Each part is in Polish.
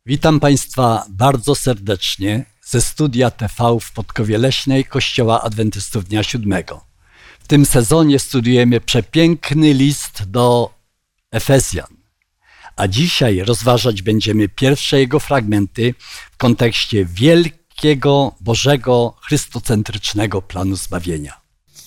Witam Państwa bardzo serdecznie ze studia TV w Podkowie Leśnej Kościoła Adwentystów Dnia Siódmego. W tym sezonie studiujemy przepiękny list do Efezjan, a dzisiaj rozważać będziemy pierwsze jego fragmenty w kontekście wielkiego, Bożego, chrystocentrycznego planu zbawienia.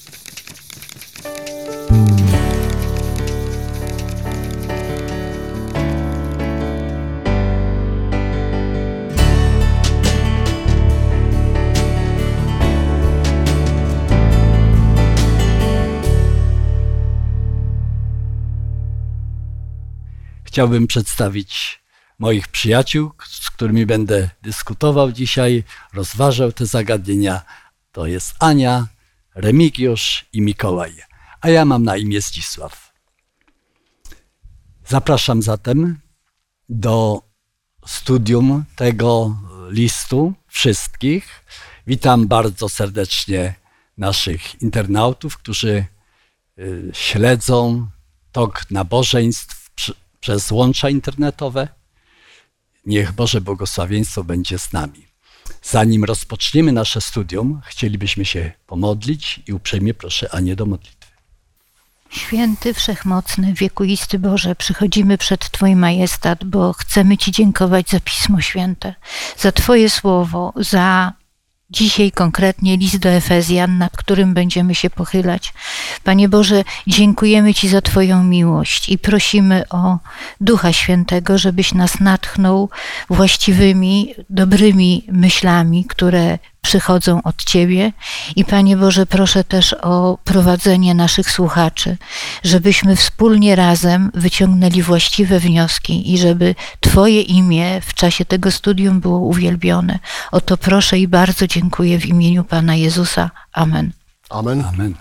Chciałbym przedstawić moich przyjaciół, z którymi będę dyskutował dzisiaj, rozważał te zagadnienia. To jest Ania, Remigiusz i Mikołaj, a ja mam na imię Zdzisław. Zapraszam zatem do studium tego listu wszystkich. Witam bardzo serdecznie naszych internautów, którzy śledzą tok nabożeństw przez łącza internetowe. Niech Boże błogosławieństwo będzie z nami. Zanim rozpoczniemy nasze studium, chcielibyśmy się pomodlić i uprzejmie proszę Anię do modlitwy. Święty, wszechmocny, wiekuisty Boże, przychodzimy przed Twój majestat, bo chcemy Ci dziękować za Pismo Święte, za Twoje słowo, za dzisiaj konkretnie list do Efezjan, nad którym będziemy się pochylać. Panie Boże, dziękujemy Ci za Twoją miłość i prosimy o Ducha Świętego, żebyś nas natchnął właściwymi, dobrymi myślami, które przychodzą od Ciebie. I Panie Boże, proszę też o prowadzenie naszych słuchaczy, żebyśmy wspólnie razem wyciągnęli właściwe wnioski i żeby Twoje imię w czasie tego studium było uwielbione. O to proszę i bardzo dziękuję w imieniu Pana Jezusa. Amen. Amen. Amen.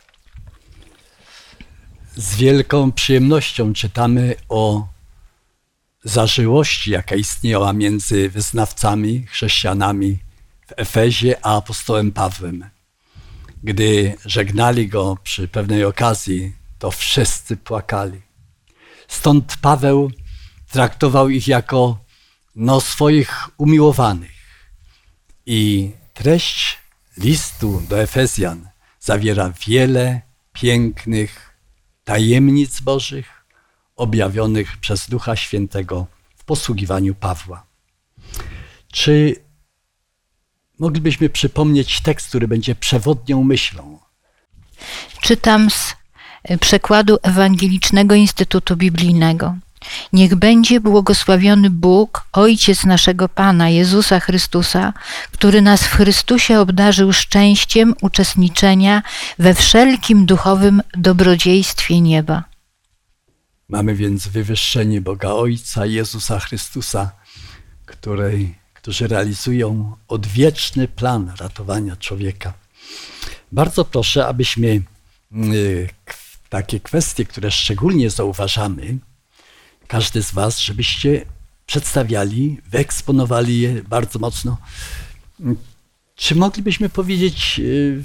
Z wielką przyjemnością czytamy o zażyłości, jaka istniała między wyznawcami, chrześcijanami w Efezie, a apostołem Pawłem. Gdy żegnali go przy pewnej okazji, to wszyscy płakali. Stąd Paweł traktował ich jako swoich umiłowanych. I treść listu do Efezjan zawiera wiele pięknych tajemnic Bożych objawionych przez Ducha Świętego w posługiwaniu Pawła. Czy moglibyśmy przypomnieć tekst, który będzie przewodnią myślą? Czytam z przekładu Ewangelicznego Instytutu Biblijnego. Niech będzie błogosławiony Bóg, Ojciec naszego Pana Jezusa Chrystusa, który nas w Chrystusie obdarzył szczęściem uczestniczenia we wszelkim duchowym dobrodziejstwie nieba. Mamy więc wywyższenie Boga Ojca i Jezusa Chrystusa, którzy realizują odwieczny plan ratowania człowieka. Bardzo proszę, abyśmy takie kwestie, które szczególnie zauważamy, każdy z Was, żebyście przedstawiali, wyeksponowali je bardzo mocno. Czy moglibyśmy powiedzieć,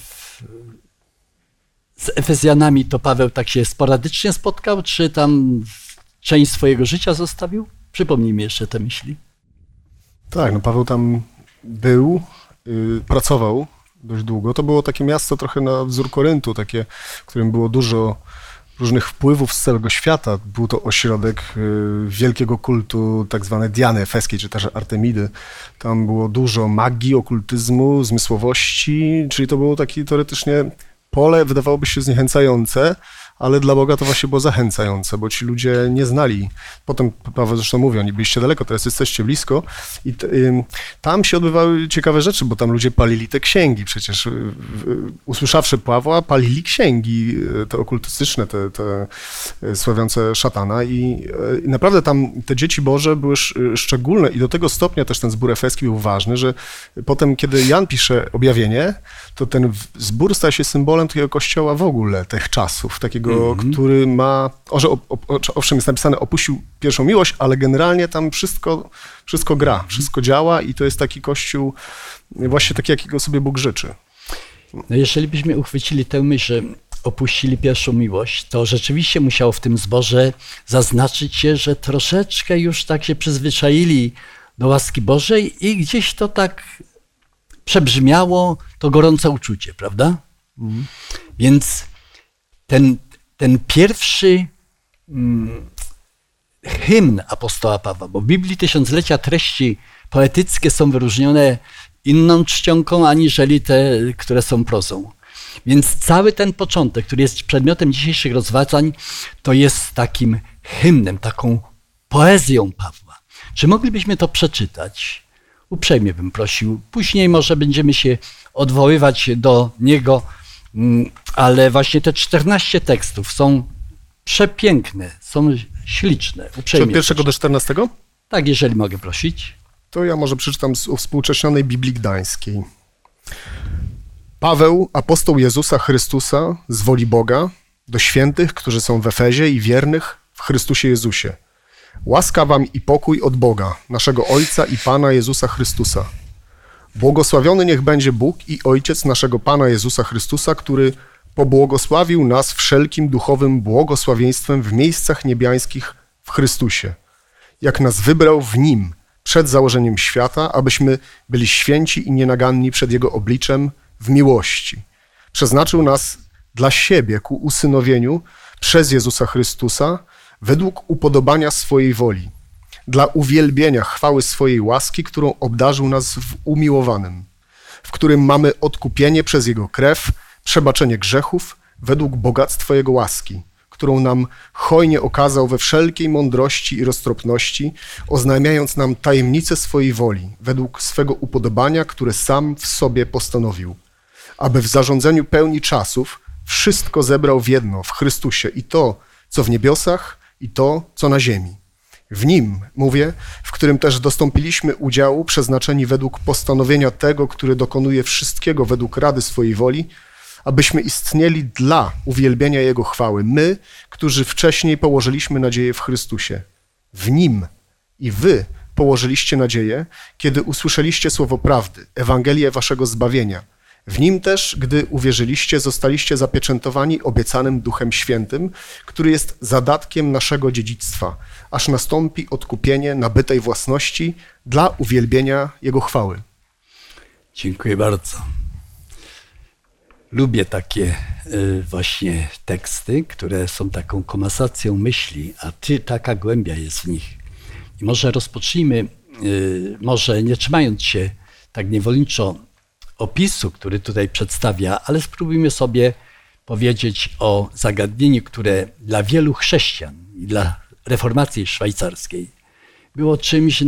z Efezjanami to Paweł tak się sporadycznie spotkał, czy tam część swojego życia zostawił? Przypomnij mi jeszcze te myśli. Tak, Paweł tam był, pracował dość długo. To było takie miasto trochę na wzór Koryntu, takie, w którym było dużo różnych wpływów z całego świata. Był to ośrodek wielkiego kultu tak zwanej Diany Efeskiej, czy też Artemidy. Tam było dużo magii, okultyzmu, zmysłowości, czyli to było takie teoretycznie pole, wydawałoby się zniechęcające, ale dla Boga to właśnie było zachęcające, bo ci ludzie nie znali. Potem Paweł zresztą mówi, oni byliście daleko, teraz jesteście blisko. I tam się odbywały ciekawe rzeczy, bo tam ludzie palili te księgi przecież. Usłyszawszy Pawła, palili księgi, te okultystyczne, te sławiące szatana. I naprawdę tam te dzieci Boże były szczególne i do tego stopnia też ten zbór efeski był ważny, że potem, kiedy Jan pisze objawienie, to ten zbór staje się symbolem takiego kościoła w ogóle tych czasów, takiego, który ma, owszem jest napisane, opuścił pierwszą miłość, ale generalnie tam wszystko gra, wszystko działa i to jest taki kościół właśnie taki, jakiego sobie Bóg życzy. No jeżeli byśmy uchwycili tę myśl, że opuścili pierwszą miłość, to rzeczywiście musiało w tym zborze zaznaczyć się, że troszeczkę już tak się przyzwyczaili do łaski Bożej i gdzieś to tak przebrzmiało, to gorące uczucie, prawda? Więc ten pierwszy hymn apostoła Pawła, bo w Biblii tysiąclecia treści poetyckie są wyróżnione inną czcionką, aniżeli te, które są prozą. Więc cały ten początek, który jest przedmiotem dzisiejszych rozważań, to jest takim hymnem, taką poezją Pawła. Czy moglibyśmy to przeczytać? Uprzejmie bym prosił. Później może będziemy się odwoływać do niego, ale właśnie te 14 tekstów są przepiękne, są śliczne. Uprzejmie Od 1 do 14? Tak, jeżeli mogę prosić. To ja może przeczytam z uwspółcześnionej Biblii Gdańskiej. Paweł, apostoł Jezusa Chrystusa z woli Boga, do świętych, którzy są w Efezie i wiernych w Chrystusie Jezusie. Łaska wam i pokój od Boga, naszego Ojca i Pana Jezusa Chrystusa. Błogosławiony niech będzie Bóg i Ojciec naszego Pana Jezusa Chrystusa, który pobłogosławił nas wszelkim duchowym błogosławieństwem w miejscach niebiańskich w Chrystusie, jak nas wybrał w Nim przed założeniem świata, abyśmy byli święci i nienaganni przed Jego obliczem w miłości. Przeznaczył nas dla siebie ku usynowieniu przez Jezusa Chrystusa według upodobania swojej woli, dla uwielbienia chwały swojej łaski, którą obdarzył nas w umiłowanym, w którym mamy odkupienie przez Jego krew, przebaczenie grzechów według bogactwa Jego łaski, którą nam hojnie okazał we wszelkiej mądrości i roztropności, oznajmiając nam tajemnicę swojej woli, według swego upodobania, które sam w sobie postanowił, aby w zarządzeniu pełni czasów wszystko zebrał w jedno, w Chrystusie, i to, co w niebiosach, i to, co na ziemi. W Nim, mówię, w którym też dostąpiliśmy udziału, przeznaczeni według postanowienia tego, który dokonuje wszystkiego według rady swojej woli, abyśmy istnieli dla uwielbienia Jego chwały. My, którzy wcześniej położyliśmy nadzieję w Chrystusie. W Nim i wy położyliście nadzieję, kiedy usłyszeliście słowo prawdy, Ewangelię waszego zbawienia. W Nim też, gdy uwierzyliście, zostaliście zapieczętowani obiecanym Duchem Świętym, który jest zadatkiem naszego dziedzictwa, aż nastąpi odkupienie nabytej własności dla uwielbienia Jego chwały. Dziękuję bardzo. Lubię takie właśnie teksty, które są taką komasacją myśli, a taka głębia jest w nich. I może rozpocznijmy, może nie trzymając się tak niewolniczo opisu, który tutaj przedstawia, ale spróbujmy sobie powiedzieć o zagadnieniu, które dla wielu chrześcijan i dla reformacji szwajcarskiej było czymś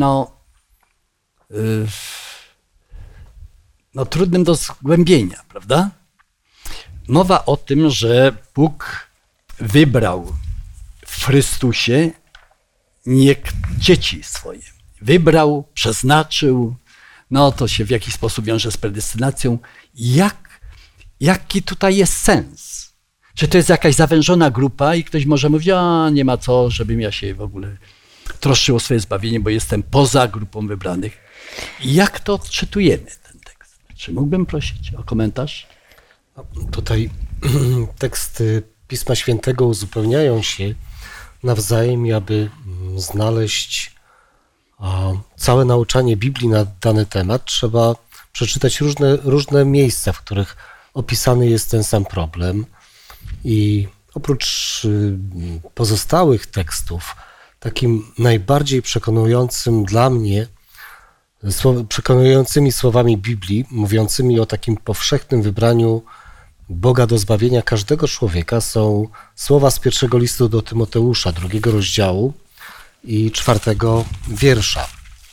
trudnym do zgłębienia, prawda? Mowa o tym, że Bóg wybrał w Chrystusie dzieci swoje. Wybrał, przeznaczył, to się w jakiś sposób wiąże z predestynacją. Jaki tutaj jest sens? Czy to jest jakaś zawężona grupa i ktoś może mówić, nie ma co, żebym ja się w ogóle troszczył o swoje zbawienie, bo jestem poza grupą wybranych. Jak to odczytujemy, ten tekst? Czy mógłbym prosić o komentarz? Tutaj teksty Pisma Świętego uzupełniają się nawzajem, aby znaleźć całe nauczanie Biblii na dany temat, trzeba przeczytać różne miejsca, w których opisany jest ten sam problem. I oprócz pozostałych tekstów, takim najbardziej przekonującym dla mnie, przekonującymi słowami Biblii, mówiącymi o takim powszechnym wybraniu Boga do zbawienia każdego człowieka, są słowa z 1 listu do Tymoteusza, 2 rozdziału i 4 wiersza,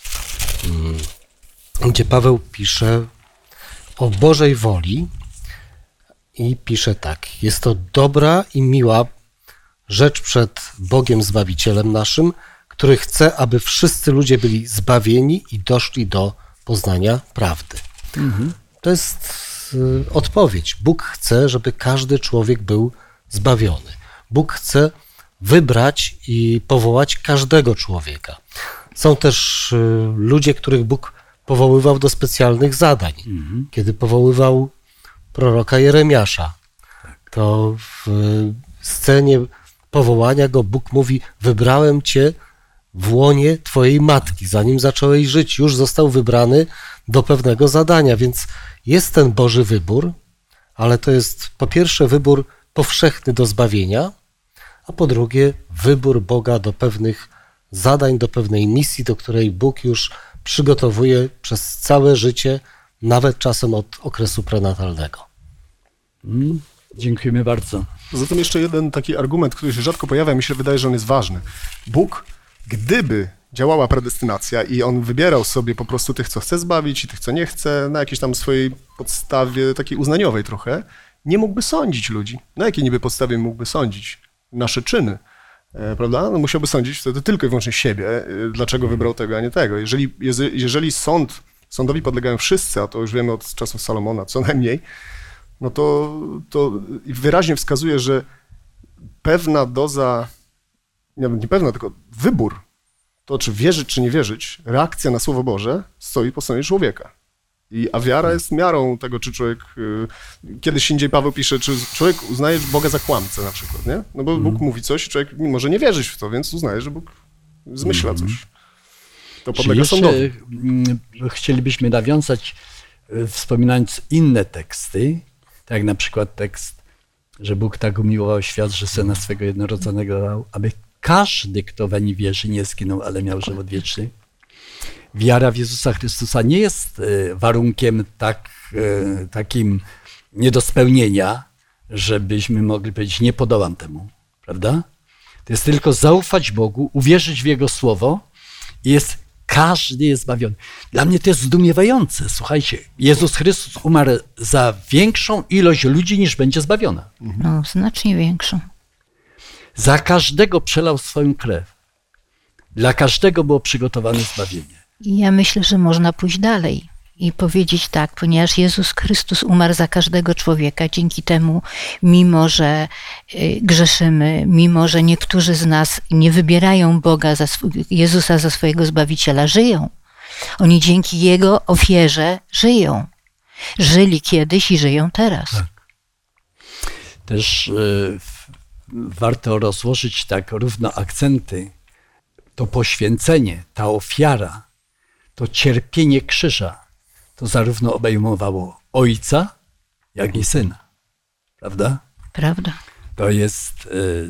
gdzie Paweł pisze o Bożej woli i pisze tak: jest to dobra i miła rzecz przed Bogiem Zbawicielem naszym, który chce, aby wszyscy ludzie byli zbawieni i doszli do poznania prawdy. To jest odpowiedź. Bóg chce, żeby każdy człowiek był zbawiony. Bóg chce wybrać i powołać każdego człowieka. Są też ludzie, których Bóg powoływał do specjalnych zadań. Kiedy powoływał proroka Jeremiasza, to w scenie powołania go Bóg mówi: wybrałem cię w łonie twojej matki, zanim zacząłeś żyć, już został wybrany do pewnego zadania, więc jest ten Boży wybór, ale to jest po pierwsze wybór powszechny do zbawienia, a po drugie wybór Boga do pewnych zadań, do pewnej misji, do której Bóg już przygotowuje przez całe życie, nawet czasem od okresu prenatalnego. Dziękujemy bardzo. Zatem jeszcze jeden taki argument, który się rzadko pojawia, mi się wydaje, że on jest ważny. Bóg, gdyby działała predestynacja i on wybierał sobie po prostu tych, co chce zbawić i tych, co nie chce, na jakiejś tam swojej podstawie takiej uznaniowej trochę, nie mógłby sądzić ludzi. Na jakiej niby podstawie mógłby sądzić nasze czyny? Prawda? No musiałby sądzić wtedy tylko i wyłącznie siebie, dlaczego wybrał tego, a nie tego. Jeżeli sądowi podlegają wszyscy, a to już wiemy od czasów Salomona co najmniej, no to wyraźnie wskazuje, że pewna doza, nie pewna, tylko wybór, to czy wierzyć, czy nie wierzyć, reakcja na Słowo Boże stoi po stronie człowieka. A wiara jest miarą tego, czy człowiek, kiedyś indziej Paweł pisze, czy człowiek uznaje Boga za kłamcę na przykład, nie? No bo Bóg mówi coś, człowiek może nie wierzyć w to, więc uznaje, że Bóg zmyśla coś. To podlega sądowi. Chcielibyśmy nawiązać, wspominając inne teksty, tak jak na przykład tekst, że Bóg tak umiłował świat, że Syna swego jednorodzonego dał, aby każdy, kto weń wierzy, nie zginął, ale miał żywot wieczny. Wiara w Jezusa Chrystusa nie jest warunkiem takim nie do spełnienia, żebyśmy mogli powiedzieć, nie podołam temu, prawda? To jest tylko zaufać Bogu, uwierzyć w Jego Słowo i każdy jest zbawiony. Dla mnie to jest zdumiewające. Słuchajcie, Jezus Chrystus umarł za większą ilość ludzi, niż będzie zbawiona. No, znacznie większą. Za każdego przelał swoją krew. Dla każdego było przygotowane zbawienie. I ja myślę, że można pójść dalej i powiedzieć tak, ponieważ Jezus Chrystus umarł za każdego człowieka, dzięki temu, mimo że grzeszymy, mimo że niektórzy z nas nie wybierają Boga, Jezusa za swojego Zbawiciela, żyją. Oni dzięki Jego ofierze żyją. Żyli kiedyś i żyją teraz. Tak. Też warto rozłożyć tak równo akcenty. To poświęcenie, ta ofiara, to cierpienie krzyża, to zarówno obejmowało Ojca, jak i Syna. Prawda? Prawda. To jest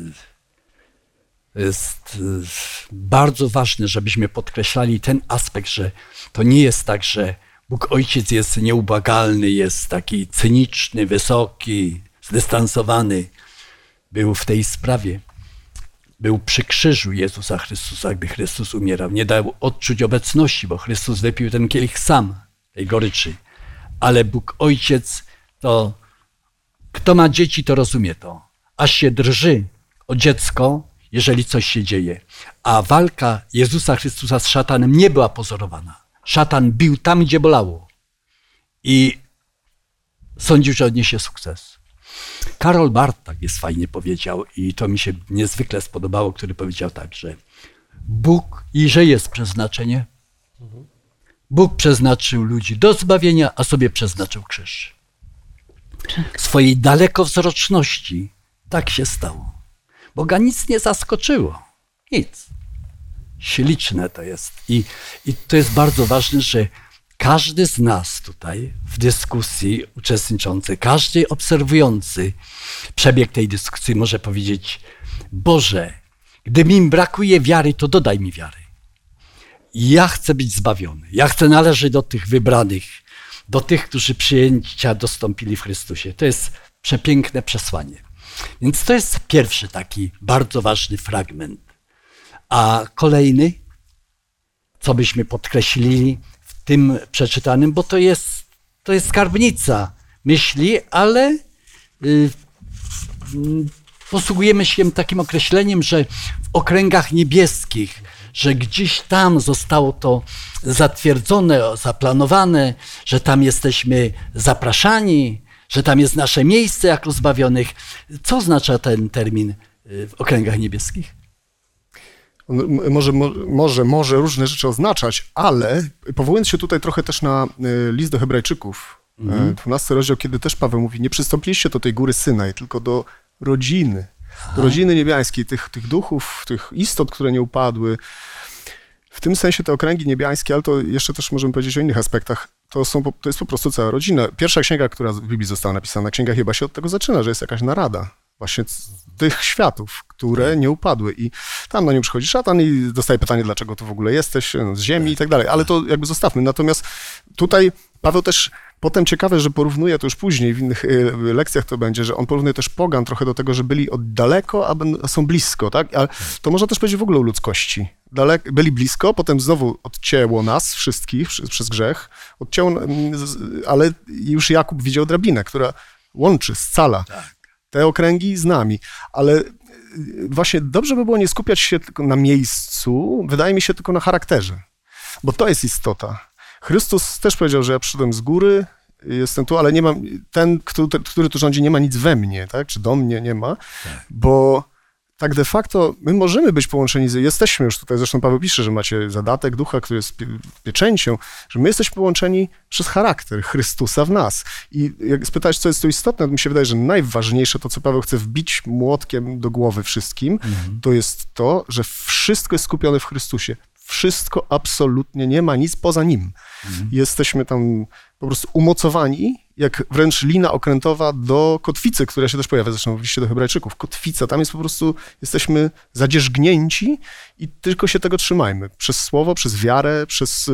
bardzo ważne, żebyśmy podkreślali ten aspekt, że to nie jest tak, że Bóg Ojciec jest nieubłagalny, jest taki cyniczny, wysoki, zdystansowany. Był w tej sprawie. Był przy krzyżu Jezusa Chrystusa, gdy Chrystus umierał. Nie dał odczuć obecności, bo Chrystus wypił ten kielich sam, tej goryczy. Ale Bóg Ojciec, to kto ma dzieci, to rozumie to. Aż się drży o dziecko, jeżeli coś się dzieje. A walka Jezusa Chrystusa z szatanem nie była pozorowana. Szatan bił tam, gdzie bolało. I sądził, że odniesie sukces. Karol Barth tak jest fajnie powiedział i to mi się niezwykle spodobało, który powiedział tak, że Bóg, i że jest przeznaczenie, Bóg przeznaczył ludzi do zbawienia, a sobie przeznaczył krzyż. Swojej dalekowzroczności tak się stało. Boga nic nie zaskoczyło. Nic. Śliczne to jest. I to jest bardzo ważne, że każdy z nas tutaj w dyskusji uczestniczący, każdy obserwujący przebieg tej dyskusji może powiedzieć: Boże, gdy mi brakuje wiary, to dodaj mi wiary. Ja chcę być zbawiony. Ja chcę należeć do tych wybranych, do tych, którzy przyjęcia dostąpili w Chrystusie. To jest przepiękne przesłanie. Więc to jest pierwszy taki bardzo ważny fragment. A kolejny, co byśmy podkreślili w tym przeczytanym, bo to jest skarbnica myśli, ale posługujemy się takim określeniem, że w okręgach niebieskich, że gdzieś tam zostało to zatwierdzone, zaplanowane, że tam jesteśmy zapraszani, że tam jest nasze miejsce jako zbawionych. Co oznacza ten termin w okręgach niebieskich? Może różne rzeczy oznaczać, ale powołując się tutaj trochę też na list do Hebrajczyków, 12 rozdział, kiedy też Paweł mówi: nie przystąpiliście do tej góry Synaj, tylko do rodziny, do rodziny niebiańskiej, tych duchów, tych istot, które nie upadły, w tym sensie te okręgi niebiańskie, ale to jeszcze też możemy powiedzieć o innych aspektach, to jest po prostu cała rodzina. Pierwsza księga, która w Biblii została napisana, księga Hioba, się od tego zaczyna, że jest jakaś narada właśnie tych światów, które nie upadły i tam na nią przychodzi szatan i dostaje pytanie, dlaczego tu w ogóle jesteś, z ziemi i tak dalej, ale to jakby zostawmy. Natomiast tutaj Paweł też potem ciekawe, że porównuje, to już później w innych lekcjach to będzie, że on porównuje też pogan trochę do tego, że byli od daleko, a są blisko, tak? Ale to można też powiedzieć w ogóle o ludzkości. Byli blisko, potem znowu odcięło nas wszystkich przez grzech, ale już Jakub widział drabinę, która łączy, scala te okręgi z nami, ale właśnie dobrze by było nie skupiać się tylko na miejscu, wydaje mi się tylko na charakterze, bo to jest istota. Chrystus też powiedział, że ja przyszedłem z góry, jestem tu, ale nie mam, ten, który tu rządzi, nie ma nic we mnie, tak? Czy do mnie nie ma, bo tak de facto my możemy być połączeni, jesteśmy już tutaj, zresztą Paweł pisze, że macie zadatek ducha, który jest pieczęcią, że my jesteśmy połączeni przez charakter Chrystusa w nas. I jak spytałeś, co jest tu istotne, to mi się wydaje, że najważniejsze to, co Paweł chce wbić młotkiem do głowy wszystkim, to jest to, że wszystko jest skupione w Chrystusie. Wszystko absolutnie, nie ma nic poza Nim. Jesteśmy tam po prostu umocowani, jak wręcz lina okrętowa do kotwicy, która się też pojawia, zresztą w liście do Hebrajczyków. Kotwica, tam jest po prostu, jesteśmy zadzierzgnięci i tylko się tego trzymajmy. Przez słowo, przez wiarę,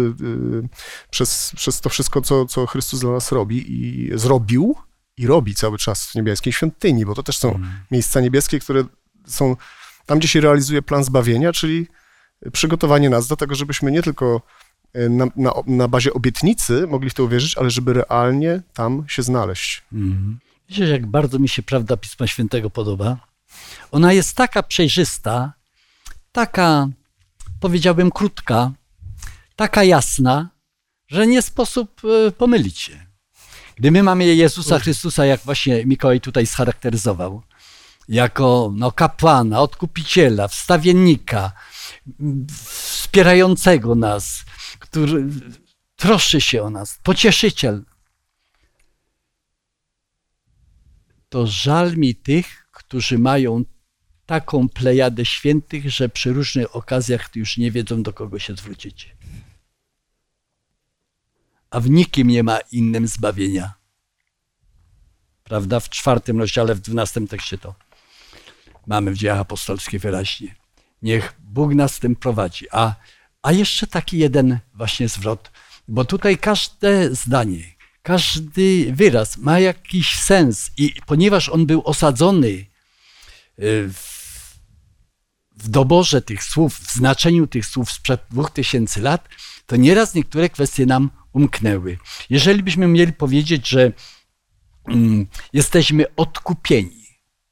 przez to wszystko, co Chrystus dla nas robi i zrobił i robi cały czas w niebieskiej świątyni, bo to też są miejsca niebieskie, które są tam, gdzie się realizuje plan zbawienia, czyli przygotowanie nas do tego, żebyśmy nie tylko na bazie obietnicy mogli w to uwierzyć, ale żeby realnie tam się znaleźć. Wiecie, jak bardzo mi się prawda Pisma Świętego podoba? Ona jest taka przejrzysta, taka, powiedziałbym, krótka, taka jasna, że nie sposób pomylić się. Gdy my mamy Jezusa Chrystusa, jak właśnie Mikołaj tutaj scharakteryzował, jako kapłana, odkupiciela, wstawiennika, wspierającego nas, który troszczy się o nas, pocieszyciel, to żal mi tych, którzy mają taką plejadę świętych, że przy różnych okazjach już nie wiedzą, do kogo się zwrócić. A w nikim nie ma innym zbawienia. Prawda? W 4 rozdziale, w 12 tekście to mamy w Dziejach Apostolskich wyraźnie. Niech Bóg nas tym prowadzi. A jeszcze taki jeden właśnie zwrot, bo tutaj każde zdanie, każdy wyraz ma jakiś sens i ponieważ on był osadzony w doborze tych słów, w znaczeniu tych słów sprzed 2000 lat, to nieraz niektóre kwestie nam umknęły. Jeżeli byśmy mieli powiedzieć, że jesteśmy odkupieni,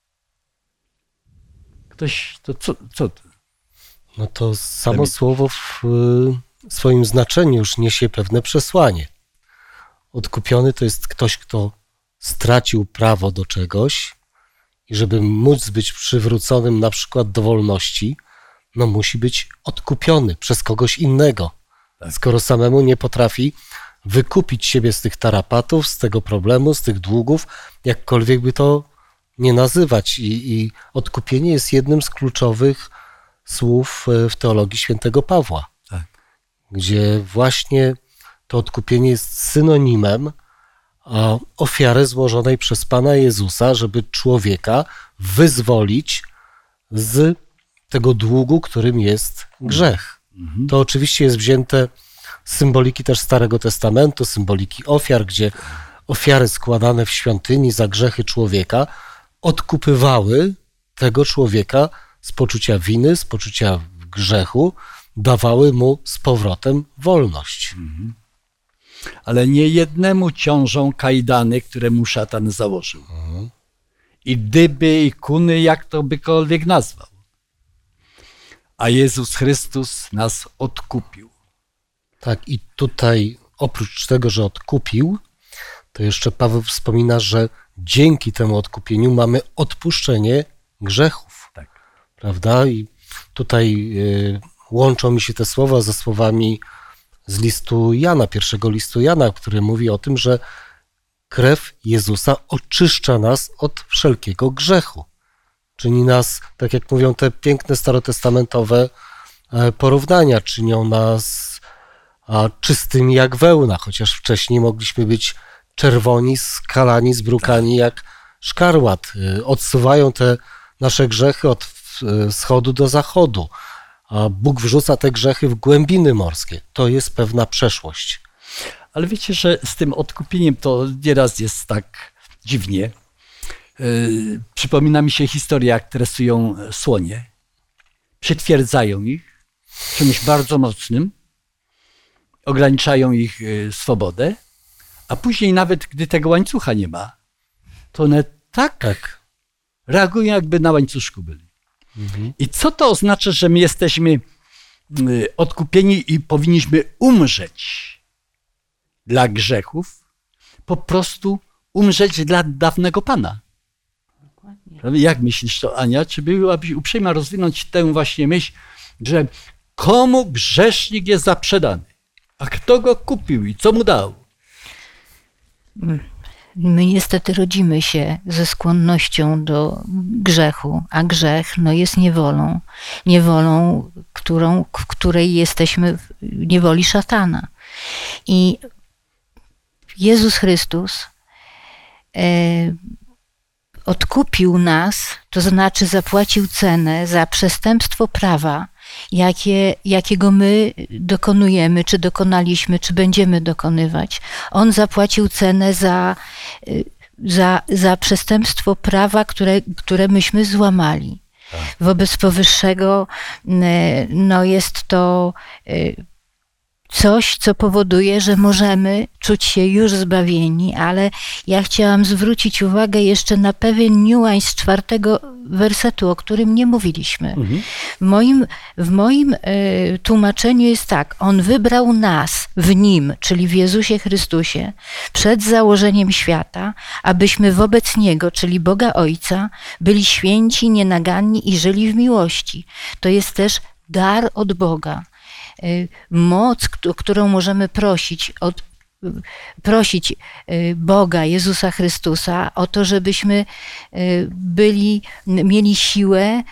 ktoś, to co to? No to samo słowo w swoim znaczeniu już niesie pewne przesłanie. Odkupiony to jest ktoś, kto stracił prawo do czegoś i żeby móc być przywróconym na przykład do wolności, no musi być odkupiony przez kogoś innego. Tak. Skoro samemu nie potrafi wykupić siebie z tych tarapatów, z tego problemu, z tych długów, jakkolwiek by to nie nazywać. I odkupienie jest jednym z kluczowych słów w teologii świętego Pawła, tak, gdzie właśnie to odkupienie jest synonimem ofiary złożonej przez Pana Jezusa, żeby człowieka wyzwolić z tego długu, którym jest grzech. To oczywiście jest wzięte z symboliki też Starego Testamentu, symboliki ofiar, gdzie ofiary składane w świątyni za grzechy człowieka odkupywały tego człowieka z poczucia winy, z poczucia grzechu, dawały mu z powrotem wolność. Ale nie jednemu ciążą kajdany, które mu szatan założył. I dyby, i kuny, jak to bykolwiek nazwał. A Jezus Chrystus nas odkupił. Tak, i tutaj oprócz tego, że odkupił, to jeszcze Paweł wspomina, że dzięki temu odkupieniu mamy odpuszczenie grzechów. Tak. Prawda? I tutaj łączą mi się te słowa ze słowami z listu Jana, pierwszego listu Jana, który mówi o tym, że krew Jezusa oczyszcza nas od wszelkiego grzechu. Czyni nas, tak jak mówią te piękne starotestamentowe porównania czynią nas czystymi jak wełna, chociaż wcześniej mogliśmy być czerwoni, skalani, zbrukani jak szkarłat. Odsuwają te nasze grzechy od wschodu do zachodu, a Bóg wrzuca te grzechy w głębiny morskie. To jest pewna przeszłość. Ale wiecie, że z tym odkupieniem to nieraz jest tak dziwnie. Przypomina mi się historia, jak tresują słonie. Przytwierdzają ich czymś bardzo mocnym, ograniczają ich swobodę, a później nawet, gdy tego łańcucha nie ma, to one tak reagują, jakby na łańcuszku byli. I co to oznacza, że my jesteśmy odkupieni i powinniśmy umrzeć dla grzechów, po prostu umrzeć dla dawnego Pana. Dokładnie. Jak myślisz to, Ania? Czy byłabyś uprzejma rozwinąć tę właśnie myśl, że komu grzesznik jest zaprzedany, a kto go kupił i co mu dał? My niestety rodzimy się ze skłonnością do grzechu, a grzech jest niewolą. Niewolą, w której jesteśmy w niewoli szatana. I Jezus Chrystus odkupił nas, to znaczy zapłacił cenę za przestępstwo prawa, jakiego my dokonujemy, czy dokonaliśmy, czy będziemy dokonywać. On zapłacił cenę za przestępstwo prawa, które myśmy złamali. Wobec powyższego jest to coś, co powoduje, że możemy czuć się już zbawieni, ale ja chciałam zwrócić uwagę jeszcze na pewien niuans 4 wersetu, o którym nie mówiliśmy. W moim tłumaczeniu jest tak: On wybrał nas w Nim, czyli w Jezusie Chrystusie, przed założeniem świata, abyśmy wobec Niego, czyli Boga Ojca, byli święci, nienaganni i żyli w miłości. To jest też dar od Boga. Moc, którą możemy prosić Boga, Jezusa Chrystusa o to, żebyśmy mieli siłę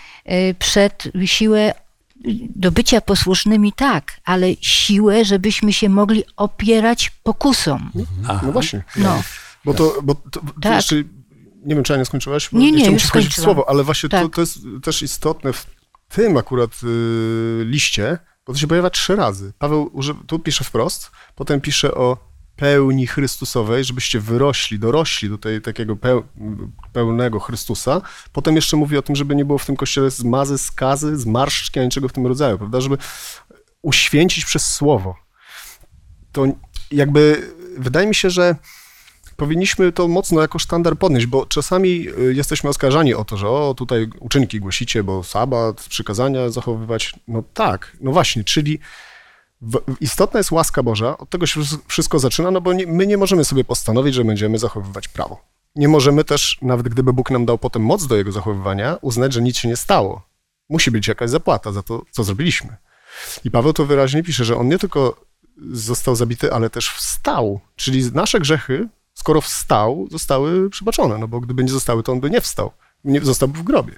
do bycia posłusznymi, tak, ale siłę, żebyśmy się mogli opierać pokusom. No właśnie. Bo tak. Jeszcze, nie wiem, czy Ania skończyłaś? Nie, chciałbym już ci skończyć skończyłam. słowo, ale właśnie tak. to jest też istotne w tym akurat liście, bo to się pojawia 3 razy. Paweł tu pisze wprost, potem pisze o pełni Chrystusowej, żebyście dorośli do tej takiego pełnego Chrystusa. Potem jeszcze mówi o tym, żeby nie było w tym kościele zmazy, skazy, zmarszczki, a niczego w tym rodzaju, prawda? Żeby uświęcić przez słowo. To jakby wydaje mi się, że powinniśmy to mocno jako sztandar podnieść, bo czasami jesteśmy oskarżani o to, że tutaj uczynki głosicie, bo sabat, przykazania zachowywać. No tak, no właśnie, czyli istotna jest łaska Boża, od tego się wszystko zaczyna, no bo my nie możemy sobie postanowić, że będziemy zachowywać prawo. Nie możemy też, nawet gdyby Bóg nam dał potem moc do jego zachowywania, uznać, że nic się nie stało. Musi być jakaś zapłata za to, co zrobiliśmy. I Paweł to wyraźnie pisze, że on nie tylko został zabity, ale też wstał, czyli nasze grzechy, skoro wstał, zostały przebaczone, no bo gdyby nie zostały, to on by nie wstał, nie zostałby w grobie.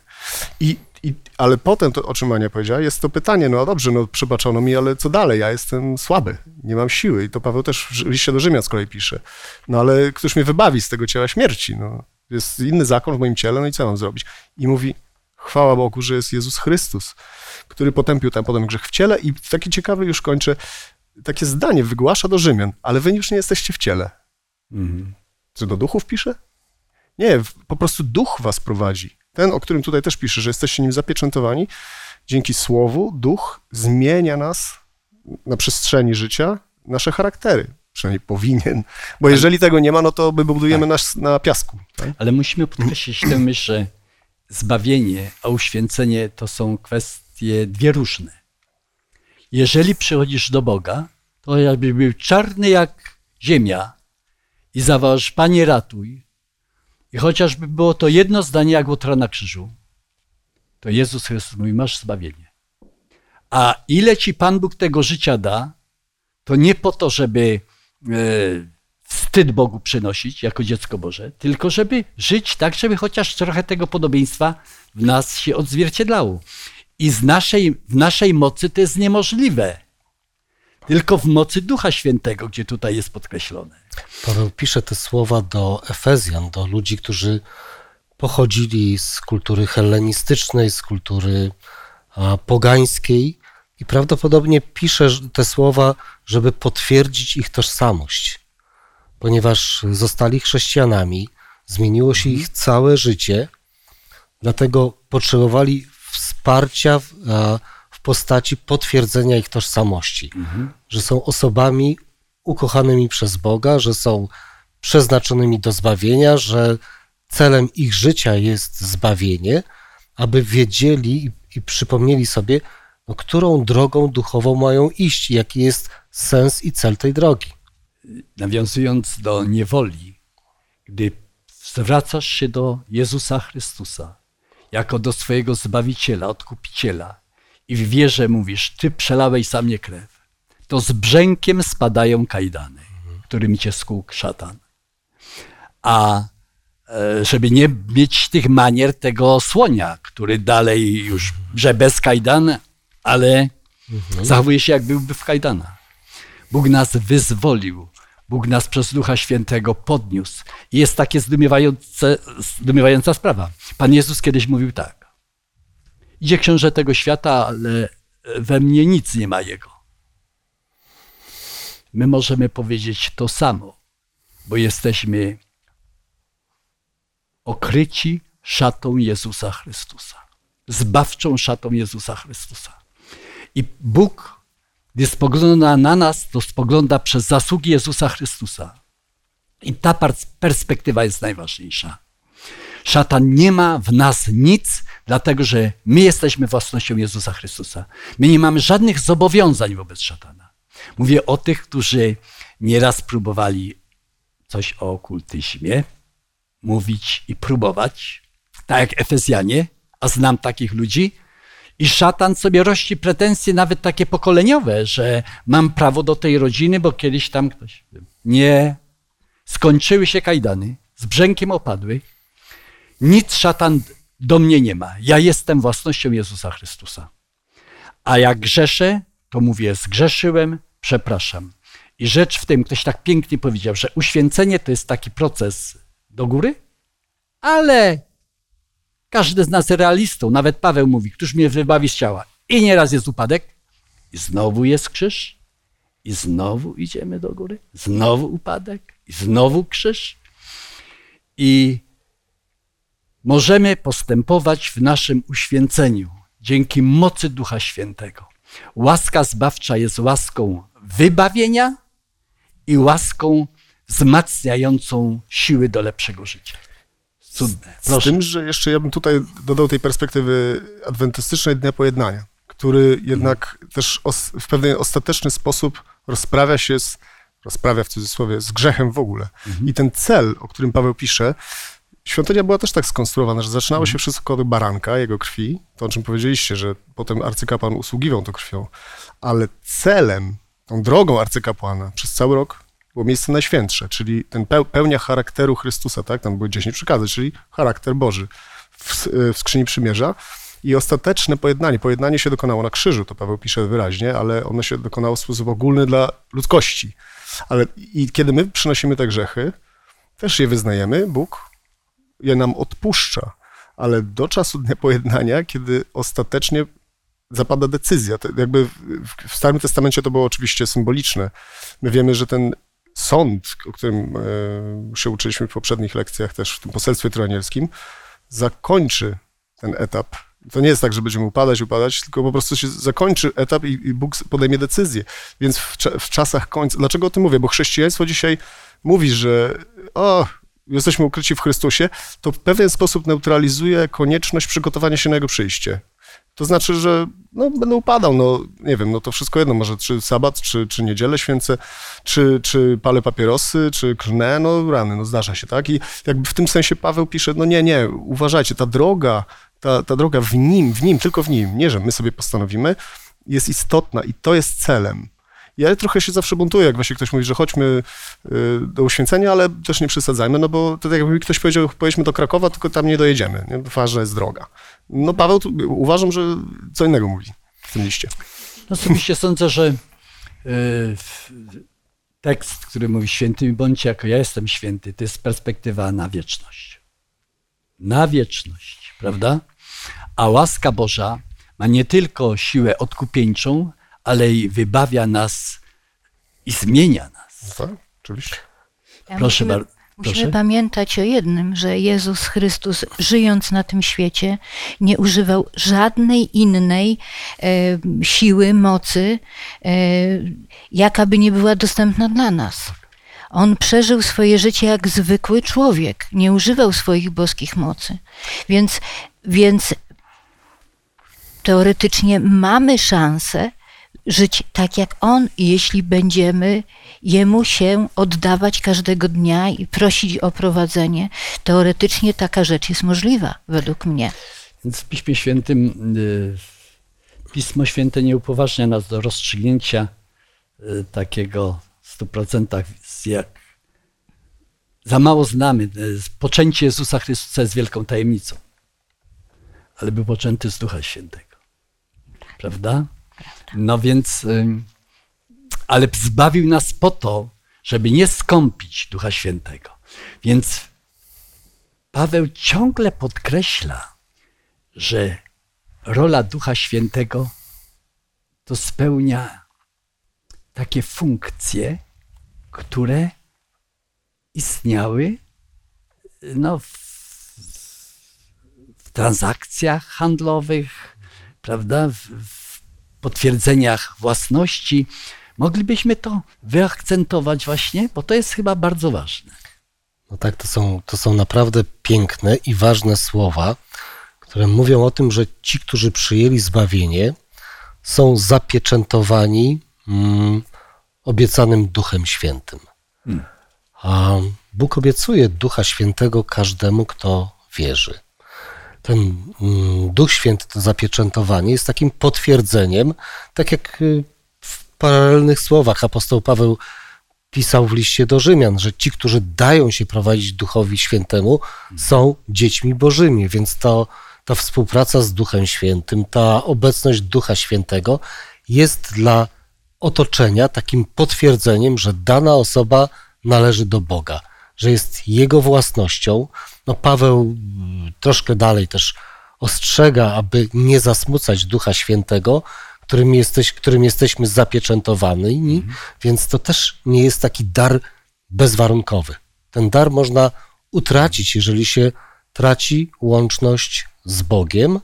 Ale potem, to o czym Ania powiedziała, jest to pytanie, no dobrze, no przebaczono mi, ale co dalej? Ja jestem słaby, nie mam siły. I to Paweł też w liście do Rzymian z kolei pisze. No ale któż mnie wybawi z tego ciała śmierci? No, jest inny zakon w moim ciele, no i co mam zrobić? I mówi, chwała Bogu, że jest Jezus Chrystus, który potępił ten potem grzech w ciele i taki ciekawy, już kończę, takie zdanie wygłasza do Rzymian, ale wy już nie jesteście w ciele. Czy do duchów pisze? Nie, po prostu duch was prowadzi. Ten, o którym tutaj też pisze, że jesteście nim zapieczętowani, dzięki słowu duch zmienia nas na przestrzeni życia, nasze charaktery. Przynajmniej powinien. Bo jeżeli tego nie ma, no to my budujemy nas na piasku. Tak? Ale musimy podkreślić tę myśl, że zbawienie, a uświęcenie to są kwestie 2 różne. Jeżeli przychodzisz do Boga, to jakbyś był czarny jak ziemia i zawołasz: Panie, ratuj. I chociażby było to jedno zdanie jak łotra na krzyżu, to Jezus Chrystus mówi: masz zbawienie. A ile ci Pan Bóg tego życia da, to nie po to, żeby wstyd Bogu przynosić jako dziecko Boże, tylko żeby żyć tak, żeby chociaż trochę tego podobieństwa w nas się odzwierciedlało. I w naszej mocy to jest niemożliwe. Tylko w mocy Ducha Świętego, gdzie tutaj jest podkreślone. Paweł pisze te słowa do Efezjan, do ludzi, którzy pochodzili z kultury hellenistycznej, z kultury pogańskiej i prawdopodobnie pisze te słowa, żeby potwierdzić ich tożsamość, ponieważ zostali chrześcijanami, zmieniło się ich całe życie, dlatego potrzebowali wsparcia w postaci potwierdzenia ich tożsamości, że są osobami ukochanymi przez Boga, że są przeznaczonymi do zbawienia, że celem ich życia jest zbawienie, aby wiedzieli i przypomnieli sobie, którą drogą duchową mają iść, jaki jest sens i cel tej drogi. Nawiązując do niewoli, gdy zwracasz się do Jezusa Chrystusa jako do swojego Zbawiciela, Odkupiciela i w wierze mówisz, Ty przelałeś za mnie krew, to z brzękiem spadają kajdany, którymi cię skłuł szatan. A żeby nie mieć tych manier tego słonia, który dalej już, że bez kajdan, ale zachowuje się, jak byłby w kajdanach. Bóg nas wyzwolił, Bóg nas przez Ducha Świętego podniósł. I jest takie zdumiewająca sprawa. Pan Jezus kiedyś mówił tak. Idzie książę tego świata, ale we mnie nic nie ma jego. My możemy powiedzieć to samo, bo jesteśmy okryci szatą Jezusa Chrystusa. Zbawczą szatą Jezusa Chrystusa. I Bóg, gdy spogląda na nas, to spogląda przez zasługi Jezusa Chrystusa. I ta perspektywa jest najważniejsza. Szatan nie ma w nas nic, dlatego że my jesteśmy własnością Jezusa Chrystusa. My nie mamy żadnych zobowiązań wobec szatana. Mówię o tych, którzy nieraz próbowali coś o okultyzmie mówić i próbować, tak jak Efezjanie, a znam takich ludzi, i szatan sobie rości pretensje nawet takie pokoleniowe, że mam prawo do tej rodziny, bo kiedyś tam ktoś... Nie. Skończyły się kajdany, z brzękiem opadły. Nic szatan do mnie nie ma. Ja jestem własnością Jezusa Chrystusa. A jak grzeszę, to mówię, zgrzeszyłem, przepraszam. I rzecz w tym, ktoś tak pięknie powiedział, że uświęcenie to jest taki proces do góry, ale każdy z nas realistą, nawet Paweł mówi, któż mnie wybawi z ciała. I nieraz jest upadek, i znowu jest krzyż, i znowu idziemy do góry, znowu upadek, i znowu krzyż. I możemy postępować w naszym uświęceniu dzięki mocy Ducha Świętego. Łaska zbawcza jest łaską wybawienia i łaską wzmacniającą siły do lepszego życia. Cudne. Z tym, że jeszcze ja bym tutaj dodał tej perspektywy adwentystycznej Dnia Pojednania, który jednak też w pewien ostateczny sposób rozprawia w cudzysłowie, z grzechem w ogóle. I ten cel, o którym Paweł pisze, świątynia była też tak skonstruowana, że zaczynało się wszystko od baranka, jego krwi, to o czym powiedzieliście, że potem arcykapłan usługiwał tą krwią, ale celem, tą drogą arcykapłana przez cały rok było miejsce najświętsze, czyli ten pełnia charakteru Chrystusa, tak? Tam były 10 przykazań, czyli charakter Boży w skrzyni przymierza. I ostateczne pojednanie się dokonało na krzyżu, to Paweł pisze wyraźnie, ale ono się dokonało w sposób ogólny dla ludzkości. I kiedy my przynosimy te grzechy, też je wyznajemy, Bóg je nam odpuszcza, ale do czasu Dnia Pojednania, kiedy ostatecznie zapada decyzja. To jakby w Starym Testamencie to było oczywiście symboliczne. My wiemy, że ten sąd, o którym się uczyliśmy w poprzednich lekcjach, też w tym poselstwie trójanielskim, zakończy ten etap. To nie jest tak, że będziemy upadać, tylko po prostu się zakończy etap i Bóg podejmie decyzję. Więc w czasach końca... Dlaczego o tym mówię? Bo chrześcijaństwo dzisiaj mówi, że jesteśmy ukryci w Chrystusie, to w pewien sposób neutralizuje konieczność przygotowania się na Jego przyjście. To znaczy, że będę upadał, nie wiem, to wszystko jedno, może czy sabat, czy niedzielę święcę, czy palę papierosy, czy klnę, rany, zdarza się, tak? I jakby w tym sensie Paweł pisze, nie, uważajcie, ta droga w nim, tylko w nim, nie, że my sobie postanowimy, jest istotna i to jest celem. Ja trochę się zawsze buntuję, jak właśnie ktoś mówi, że chodźmy do uświęcenia, ale też nie przesadzajmy, no bo to tak jakby mi ktoś powiedział, pojedźmy do Krakowa, tylko tam nie dojedziemy, nie? Ważna jest droga. No Paweł, uważam, że co innego mówi w tym liście. No osobiście sądzę, że tekst, który mówi świętymi bądźcie, jako ja jestem święty, to jest perspektywa na wieczność. Na wieczność, prawda? A łaska Boża ma nie tylko siłę odkupieńczą, ale i wybawia nas i zmienia nas. Tak, oczywiście. Proszę bardzo. Musimy pamiętać o jednym, że Jezus Chrystus, żyjąc na tym świecie, nie używał żadnej innej siły, mocy, jaka by nie była dostępna dla nas. On przeżył swoje życie jak zwykły człowiek, nie używał swoich boskich mocy. Więc teoretycznie mamy szansę żyć tak jak On, jeśli będziemy Jemu się oddawać każdego dnia i prosić o prowadzenie. Teoretycznie taka rzecz jest możliwa, według mnie. Więc w Piśmie Świętym Pismo Święte nie upoważnia nas do rozstrzygnięcia takiego w 100%, jak za mało znamy. Poczęcie Jezusa Chrystusa jest wielką tajemnicą, ale był poczęty z Ducha Świętego. Prawda? No więc, ale zbawił nas po to, żeby nie skąpić Ducha Świętego. Więc Paweł ciągle podkreśla, że rola Ducha Świętego to spełnia takie funkcje, które istniały no, w transakcjach handlowych, prawda, w potwierdzeniach własności. Moglibyśmy to wyakcentować właśnie, bo to jest chyba bardzo ważne. No tak, to są naprawdę piękne i ważne słowa, które mówią o tym, że ci, którzy przyjęli zbawienie, są zapieczętowani obiecanym Duchem Świętym. A Bóg obiecuje Ducha Świętego każdemu, kto wierzy. Ten Duch Święty, to zapieczętowanie jest takim potwierdzeniem, tak jak w paralelnych słowach apostoł Paweł pisał w liście do Rzymian, że ci, którzy dają się prowadzić Duchowi Świętemu, są dziećmi Bożymi, więc ta współpraca z Duchem Świętym, ta obecność Ducha Świętego jest dla otoczenia takim potwierdzeniem, że dana osoba należy do Boga, że jest Jego własnością. No Paweł troszkę dalej też ostrzega, aby nie zasmucać Ducha Świętego, którym jesteśmy zapieczętowani, więc to też nie jest taki dar bezwarunkowy. Ten dar można utracić, jeżeli się traci łączność z Bogiem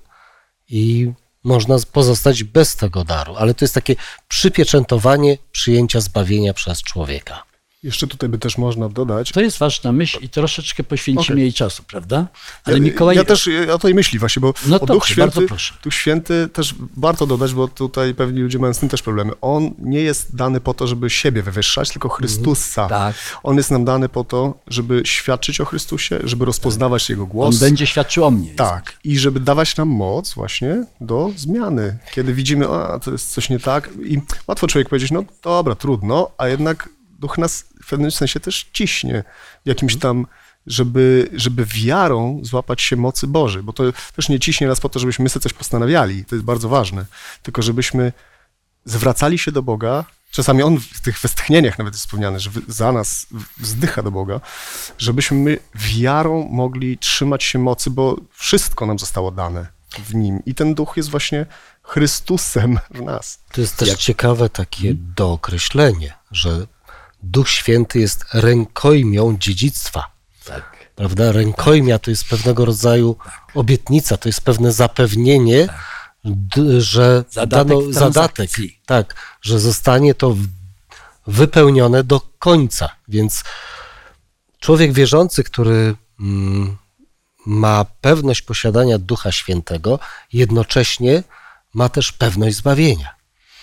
i można pozostać bez tego daru, ale to jest takie przypieczętowanie przyjęcia zbawienia przez człowieka. Jeszcze tutaj by też można dodać... To jest ważna myśl i troszeczkę poświęcimy jej czasu, prawda? Ale Mikołaj... Ja też o tej myśli właśnie, bo no to Duch Święty, bardzo proszę. Duch Święty też warto dodać, bo tutaj pewni ludzie mają z tym też problemy. On nie jest dany po to, żeby siebie wywyższać, tylko Chrystusa. Tak. On jest nam dany po to, żeby świadczyć o Chrystusie, żeby rozpoznawać Jego głos. On będzie świadczył o mnie. Tak. I żeby dawać nam moc właśnie do zmiany. Kiedy widzimy, to jest coś nie tak i łatwo człowiek powiedzieć, no dobra, trudno, a jednak Duch nas w pewnym sensie też ciśnie w jakimś tam, żeby wiarą złapać się mocy Bożej, bo to też nie ciśnie nas po to, żebyśmy my sobie coś postanawiali, to jest bardzo ważne, tylko żebyśmy zwracali się do Boga, czasami On w tych westchnieniach nawet jest wspomniany, że za nas wzdycha do Boga, żebyśmy my wiarą mogli trzymać się mocy, bo wszystko nam zostało dane w Nim i ten Duch jest właśnie Chrystusem w nas. To jest też ciekawe takie dookreślenie, że Duch Święty jest rękojmią dziedzictwa. Tak. Prawda? Rękojmia to jest pewnego rodzaju obietnica, to jest pewne zapewnienie, że zadatek, tak, że zostanie to wypełnione do końca. Więc człowiek wierzący, który ma pewność posiadania Ducha Świętego, jednocześnie ma też pewność zbawienia.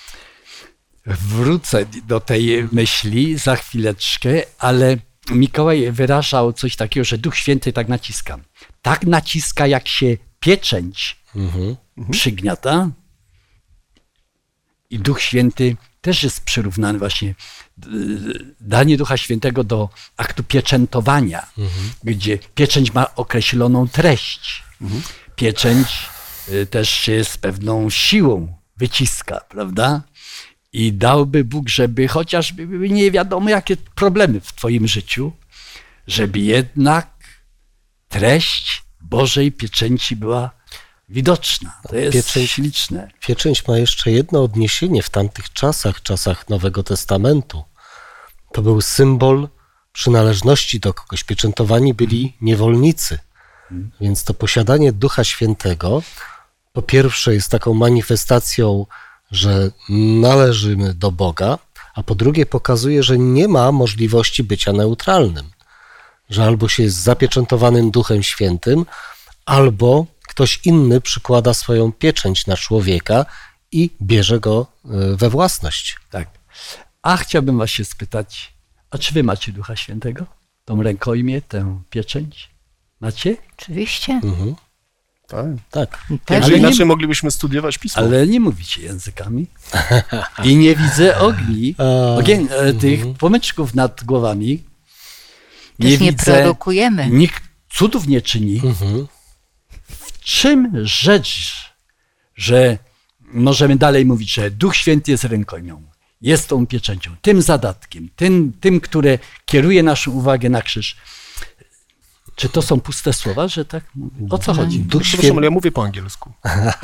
Wrócę do tej myśli za chwileczkę, ale Mikołaj wyrażał coś takiego, że Duch Święty tak naciska. Tak naciska, jak się pieczęć przygniata i Duch Święty też jest przyrównany właśnie danie Ducha Świętego do aktu pieczętowania, gdzie pieczęć ma określoną treść. Pieczęć też się z pewną siłą wyciska, prawda? I dałby Bóg, żeby chociażby były nie wiadomo jakie problemy w twoim życiu, żeby jednak treść Bożej pieczęci była widoczna. To jest śliczne. Pieczęć ma jeszcze jedno odniesienie w tamtych czasach Nowego Testamentu. To był symbol przynależności do kogoś. Pieczętowani byli niewolnicy. Więc to posiadanie Ducha Świętego po pierwsze jest taką manifestacją, że należymy do Boga, a po drugie pokazuje, że nie ma możliwości bycia neutralnym. Że albo się jest zapieczętowanym Duchem Świętym, albo ktoś inny przykłada swoją pieczęć na człowieka i bierze go we własność. Tak. A chciałbym was się spytać, a czy wy macie Ducha Świętego? Tą rękojmię, tę pieczęć? Macie? Oczywiście. Tak. Ale inaczej moglibyśmy studiować Pismo. Ale nie mówicie językami. I nie widzę ogni, tych płomyczków nad głowami. Też nie prorokujemy. Nikt cudów nie czyni. W czym rzecz, że możemy dalej mówić, że Duch Święty jest rękojmią, jest tą pieczęcią, tym zadatkiem, tym, które kieruje naszą uwagę na krzyż. Czy to są puste słowa, że tak? O co chodzi? Duch Święty, ale ja mówię po angielsku.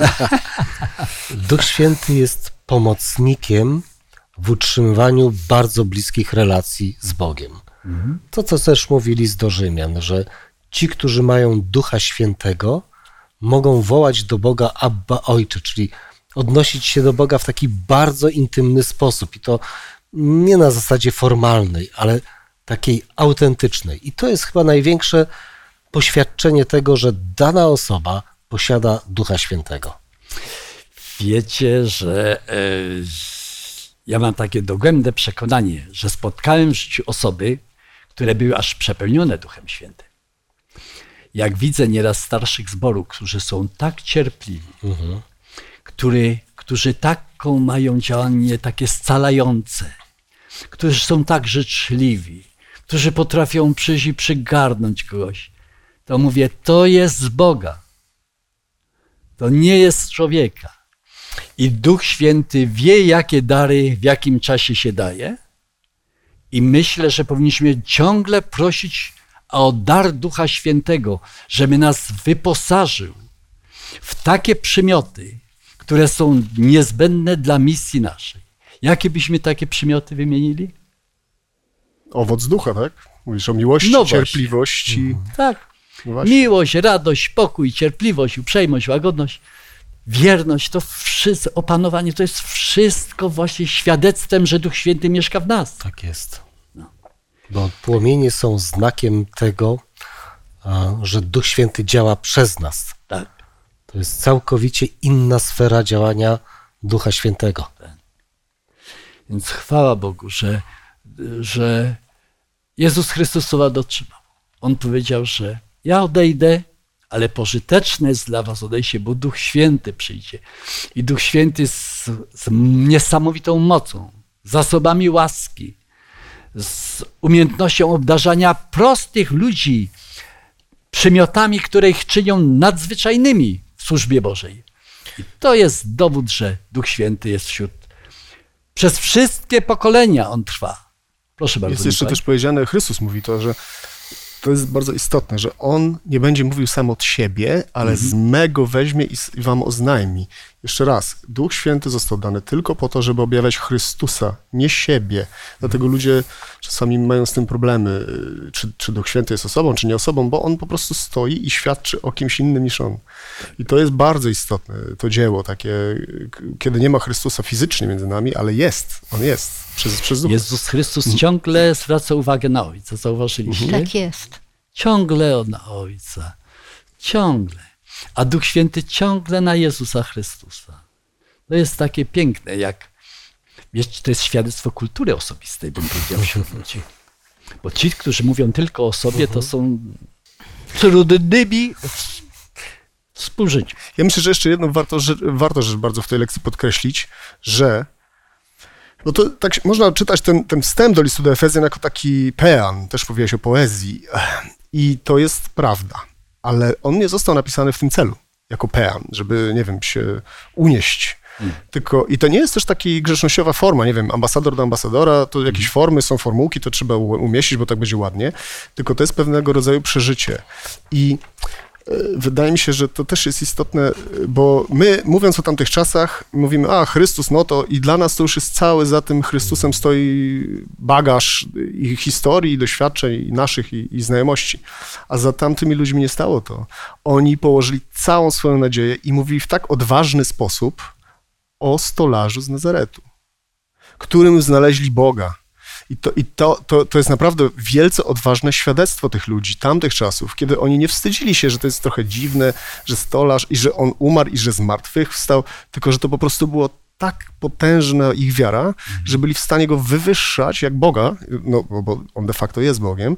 Duch Święty jest pomocnikiem w utrzymywaniu bardzo bliskich relacji z Bogiem. To, co też mówi list do Rzymian, że ci, którzy mają Ducha Świętego, mogą wołać do Boga Abba Ojcze, czyli odnosić się do Boga w taki bardzo intymny sposób. I to nie na zasadzie formalnej, ale takiej autentycznej. I to jest chyba największe poświadczenie tego, że dana osoba posiada Ducha Świętego. Wiecie, że ja mam takie dogłębne przekonanie, że spotkałem w życiu osoby, które były aż przepełnione Duchem Świętym. Jak widzę nieraz starszych zborów, którzy są tak cierpliwi, którzy taką mają działanie takie scalające, którzy są tak życzliwi, którzy potrafią przyjść i przygarnąć kogoś, to mówię, to jest z Boga. To nie jest z człowieka. I Duch Święty wie, jakie dary w jakim czasie się daje. I myślę, że powinniśmy ciągle prosić o dar Ducha Świętego, żeby nas wyposażył w takie przymioty, które są niezbędne dla misji naszej. Jakie byśmy takie przymioty wymienili? Owoc ducha, tak? Mówisz o miłości, cierpliwości. Tak. No miłość, radość, pokój, cierpliwość, uprzejmość, łagodność, wierność, to wszystko, opanowanie, to jest wszystko właśnie świadectwem, że Duch Święty mieszka w nas. Tak jest. Bo płomienie są znakiem tego, że Duch Święty działa przez nas. Tak. To jest całkowicie inna sfera działania Ducha Świętego. Tak. Więc chwała Bogu, że Jezus Chrystus słowa dotrzymał. On powiedział, że ja odejdę, ale pożyteczne jest dla was odejście, bo Duch Święty przyjdzie. I Duch Święty z niesamowitą mocą, zasobami łaski, z umiejętnością obdarzania prostych ludzi przymiotami, które ich czynią nadzwyczajnymi w służbie Bożej. I to jest dowód, że Duch Święty jest wśród. Przez wszystkie pokolenia on trwa. Proszę bardzo. Jest jeszcze też powiedziane, Chrystus mówi to, że to jest bardzo istotne, że On nie będzie mówił sam od siebie, ale z mego weźmie i wam oznajmi. Jeszcze raz, Duch Święty został dany tylko po to, żeby objawiać Chrystusa, nie siebie. Dlatego ludzie czasami mają z tym problemy, czy Duch Święty jest osobą, czy nie osobą, bo On po prostu stoi i świadczy o kimś innym niż On. I to jest bardzo istotne, to dzieło takie, kiedy nie ma Chrystusa fizycznie między nami, ale jest, On jest przez Ducha. Jezus Chrystus ciągle zwraca uwagę na Ojca, zauważyliście? Tak jest. Ciągle na Ojca, ciągle. A Duch Święty ciągle na Jezusa Chrystusa. To jest takie piękne, jak, wiesz, to jest świadectwo kultury osobistej, bym powiedział wśród ludzi. Bo ci, którzy mówią tylko o sobie, to są trudnymi w współżyciu. Ja myślę, że jeszcze jedną warto rzecz bardzo w tej lekcji podkreślić, że No to tak można czytać ten wstęp do listu do Efezjan jako taki pean, też powiedziałeś o poezji. I to jest prawda, ale on nie został napisany w tym celu, jako pean, żeby, nie wiem, się unieść. Tylko, i to nie jest też taka grzecznościowa forma, nie wiem, ambasador do ambasadora, to jakieś formy, są formułki, to trzeba umieścić, bo tak będzie ładnie, tylko to jest pewnego rodzaju przeżycie. I wydaje mi się, że to też jest istotne, bo my, mówiąc o tamtych czasach, mówimy, Chrystus, no to i dla nas to już jest cały, za tym Chrystusem stoi bagaż i historii, i doświadczeń i naszych, i znajomości. A za tamtymi ludźmi nie stało to. Oni położyli całą swoją nadzieję i mówili w tak odważny sposób o stolarzu z Nazaretu, którym znaleźli Boga. I to jest naprawdę wielce odważne świadectwo tych ludzi, tamtych czasów, kiedy oni nie wstydzili się, że to jest trochę dziwne, że stolarz i że on umarł i że z martwych wstał, tylko że to po prostu było tak potężna ich wiara, że byli w stanie go wywyższać jak Boga, no bo on de facto jest Bogiem,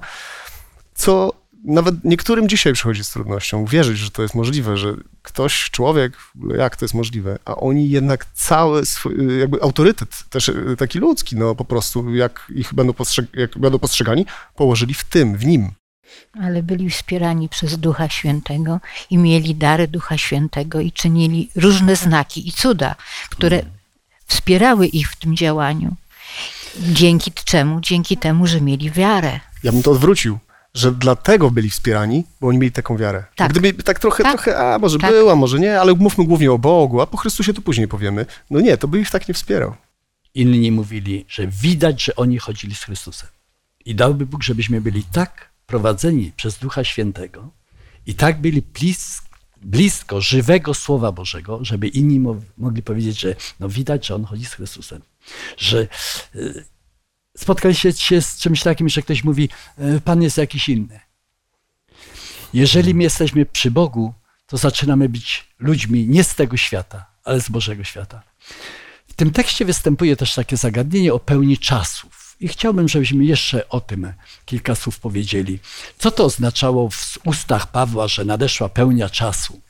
co nawet niektórym dzisiaj przychodzi z trudnością uwierzyć, że to jest możliwe, że ktoś, człowiek, jak to jest możliwe, a oni jednak cały swój, jakby autorytet, też taki ludzki, no po prostu, jak będą postrzegani, położyli w nim. Ale byli wspierani przez Ducha Świętego i mieli dary Ducha Świętego i czynili różne znaki i cuda, które wspierały ich w tym działaniu. Dzięki czemu? Dzięki temu, że mieli wiarę. Ja bym to odwrócił, że dlatego byli wspierani, bo oni mieli taką wiarę. Tak. Gdyby tak trochę, może była, może nie, ale mówmy głównie o Bogu, a po Chrystusie to później powiemy. No nie, to by ich tak nie wspierał. Inni mówili, że widać, że oni chodzili z Chrystusem. I dałby Bóg, żebyśmy byli tak prowadzeni przez Ducha Świętego i tak byli blisko żywego Słowa Bożego, żeby inni mogli powiedzieć, że no widać, że on chodzi z Chrystusem. Że spotkaliście się z czymś takim, że ktoś mówi, Pan jest jakiś inny. Jeżeli my jesteśmy przy Bogu, to zaczynamy być ludźmi nie z tego świata, ale z Bożego świata. W tym tekście występuje też takie zagadnienie o pełni czasów. I chciałbym, żebyśmy jeszcze o tym kilka słów powiedzieli. Co to oznaczało w ustach Pawła, że nadeszła pełnia czasu?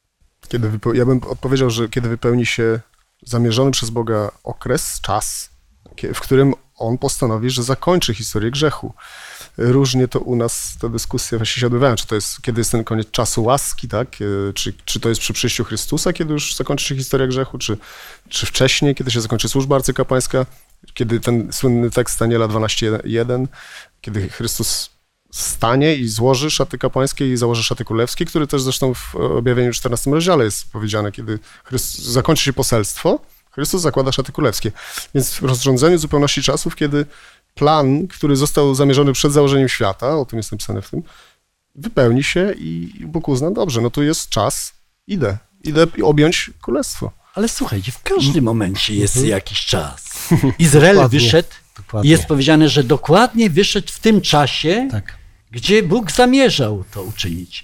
Ja bym odpowiedział, że kiedy wypełni się zamierzony przez Boga okres, czas, w którym on postanowi, że zakończy historię grzechu. Różnie to u nas te dyskusje właśnie się odbywają, czy to jest, kiedy jest ten koniec czasu łaski, tak? Czy to jest przy przyjściu Chrystusa, kiedy już zakończy się historia grzechu, czy wcześniej, kiedy się zakończy służba arcykapłańska, kiedy ten słynny tekst Daniela 12:1, kiedy Chrystus stanie i złoży szaty kapłańskie i założy szaty królewskie, który też zresztą w objawieniu 14 rozdziale jest powiedziane, kiedy zakończy się poselstwo, Chrystus zakłada szaty królewskie. Więc w rozrządzeniu zupełności czasów, kiedy plan, który został zamierzony przed założeniem świata, o tym jest napisane w tym, wypełni się i Bóg uzna, dobrze, no tu jest czas, idę objąć królestwo. Ale słuchajcie, w każdym momencie jest jakiś czas. Izrael wyszedł i jest powiedziane, że dokładnie wyszedł w tym czasie, gdzie Bóg zamierzał to uczynić.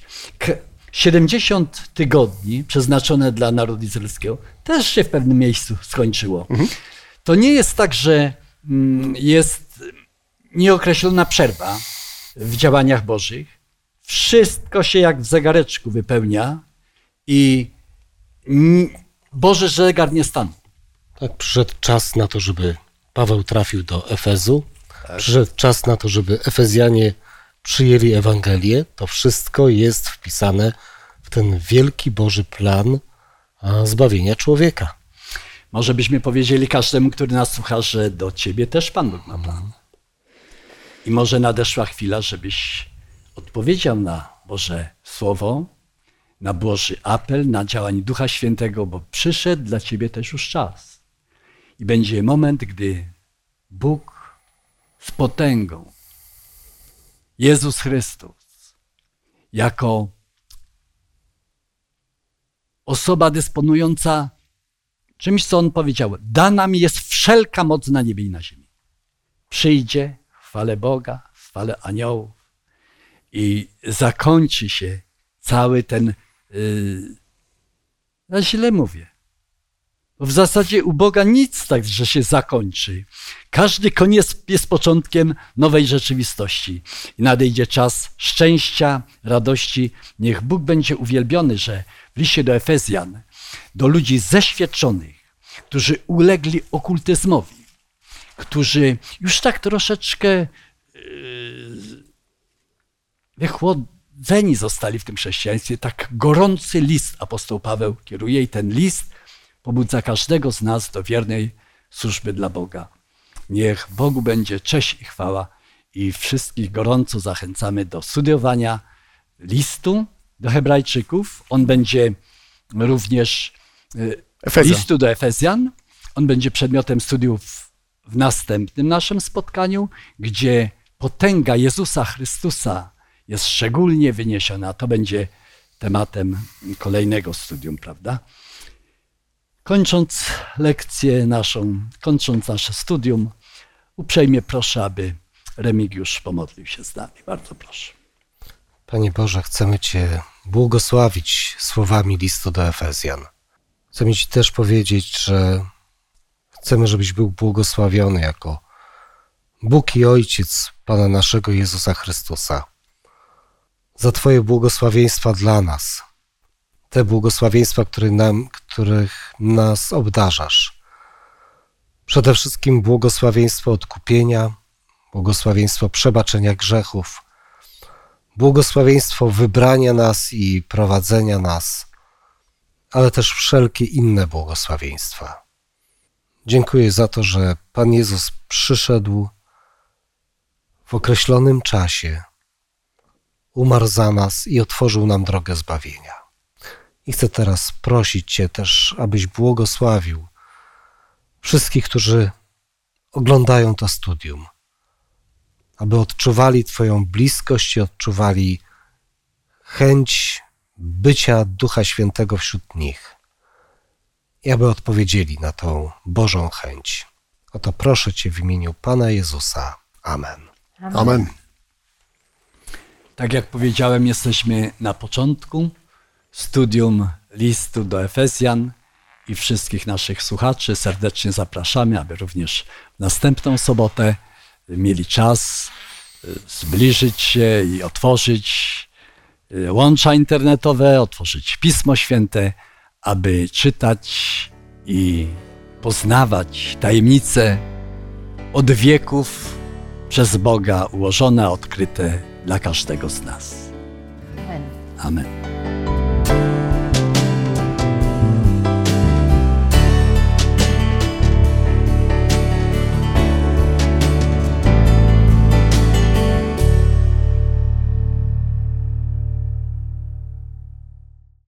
70 tygodni przeznaczone dla narodu izraelskiego też się w pewnym miejscu skończyło. To nie jest tak, że jest nieokreślona przerwa w działaniach Bożych. Wszystko się jak w zegareczku wypełnia i Boży zegar nie stanął. Tak, przyszedł czas na to, żeby Paweł trafił do Efezu. Tak. Przyszedł czas na to, żeby Efezjanie przyjęli Ewangelię. To wszystko jest wpisane w ten wielki Boży plan zbawienia człowieka. Może byśmy powiedzieli każdemu, który nas słucha, że do ciebie też Pan Bóg ma plan. I może nadeszła chwila, żebyś odpowiedział na Boże Słowo, na Boży apel, na działanie Ducha Świętego, bo przyszedł dla ciebie też już czas. I będzie moment, gdy Bóg z potęgą, Jezus Chrystus, jako osoba dysponująca czymś, co On powiedział, dana mi jest wszelka moc na niebie i na ziemi. Przyjdzie w chwale Boga, w chwale aniołów i zakończy się cały ten, ja źle mówię, bo w zasadzie u Boga nic tak, że się zakończy. Każdy koniec jest początkiem nowej rzeczywistości. I nadejdzie czas szczęścia, radości. Niech Bóg będzie uwielbiony, że w liście do Efezjan, do ludzi zeświadczonych, którzy ulegli okultyzmowi, którzy już tak troszeczkę wychłodzeni zostali w tym chrześcijaństwie, tak gorący list apostoł Paweł kieruje i ten list pobudza każdego z nas do wiernej służby dla Boga. Niech Bogu będzie cześć i chwała i wszystkich gorąco zachęcamy do studiowania listu do Hebrajczyków. On będzie również listu do Efezjan. On będzie przedmiotem studiów w następnym naszym spotkaniu, gdzie potęga Jezusa Chrystusa jest szczególnie wyniesiona. To będzie tematem kolejnego studium, prawda? Kończąc lekcję naszą, kończąc nasze studium, uprzejmie proszę, aby Remigiusz pomodlił się z nami. Bardzo proszę. Panie Boże, chcemy Cię błogosławić słowami listu do Efezjan. Chcemy Ci też powiedzieć, że chcemy, żebyś był błogosławiony jako Bóg i Ojciec Pana naszego Jezusa Chrystusa. Za Twoje błogosławieństwa dla nas. Te błogosławieństwa, których nas obdarzasz. Przede wszystkim błogosławieństwo odkupienia, błogosławieństwo przebaczenia grzechów, błogosławieństwo wybrania nas i prowadzenia nas, ale też wszelkie inne błogosławieństwa. Dziękuję za to, że Pan Jezus przyszedł w określonym czasie, umarł za nas i otworzył nam drogę zbawienia. I chcę teraz prosić Cię też, abyś błogosławił wszystkich, którzy oglądają to studium, aby odczuwali Twoją bliskość i odczuwali chęć bycia Ducha Świętego wśród nich i aby odpowiedzieli na tą Bożą chęć. Oto proszę Cię w imieniu Pana Jezusa. Amen. Amen. Tak jak powiedziałem, jesteśmy na początku studium listu do Efezjan i wszystkich naszych słuchaczy serdecznie zapraszamy, aby również w następną sobotę mieli czas zbliżyć się i otworzyć łącza internetowe, otworzyć Pismo Święte, aby czytać i poznawać tajemnice od wieków przez Boga ułożone, odkryte dla każdego z nas. Amen. Amen.